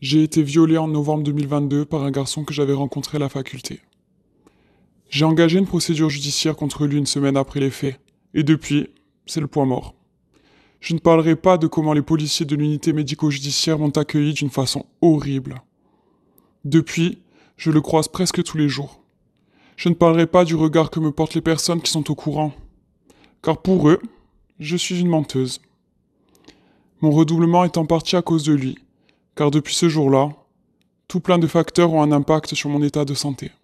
J'ai été violée en novembre 2022 par un garçon que j'avais rencontré à la faculté. J'ai engagé une procédure judiciaire contre lui une semaine après les faits. Et depuis, c'est le point mort. Je ne parlerai pas de comment les policiers de l'unité médico-judiciaire m'ont accueilli d'une façon horrible. Depuis, je le croise presque tous les jours. Je ne parlerai pas du regard que me portent les personnes qui sont au courant. Car pour eux, je suis une menteuse. Mon redoublement est en partie à cause de lui, car depuis ce jour-là, tout plein de facteurs ont un impact sur mon état de santé.